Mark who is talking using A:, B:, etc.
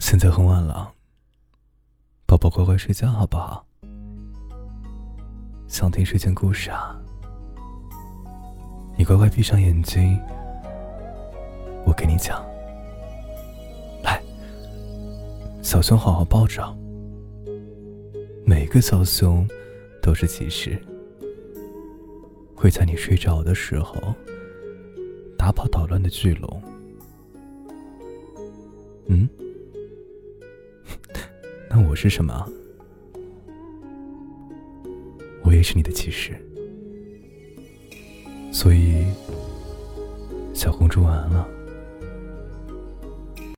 A: 现在很晚了，宝宝乖乖睡觉好不好？想听睡前故事啊？你乖乖闭上眼睛，我给你讲。来，小熊好好抱着，每个小熊都是骑士，会在你睡着的时候打跑捣乱的巨龙。那我是什么？我也是你的骑士。所以小公主晚安了。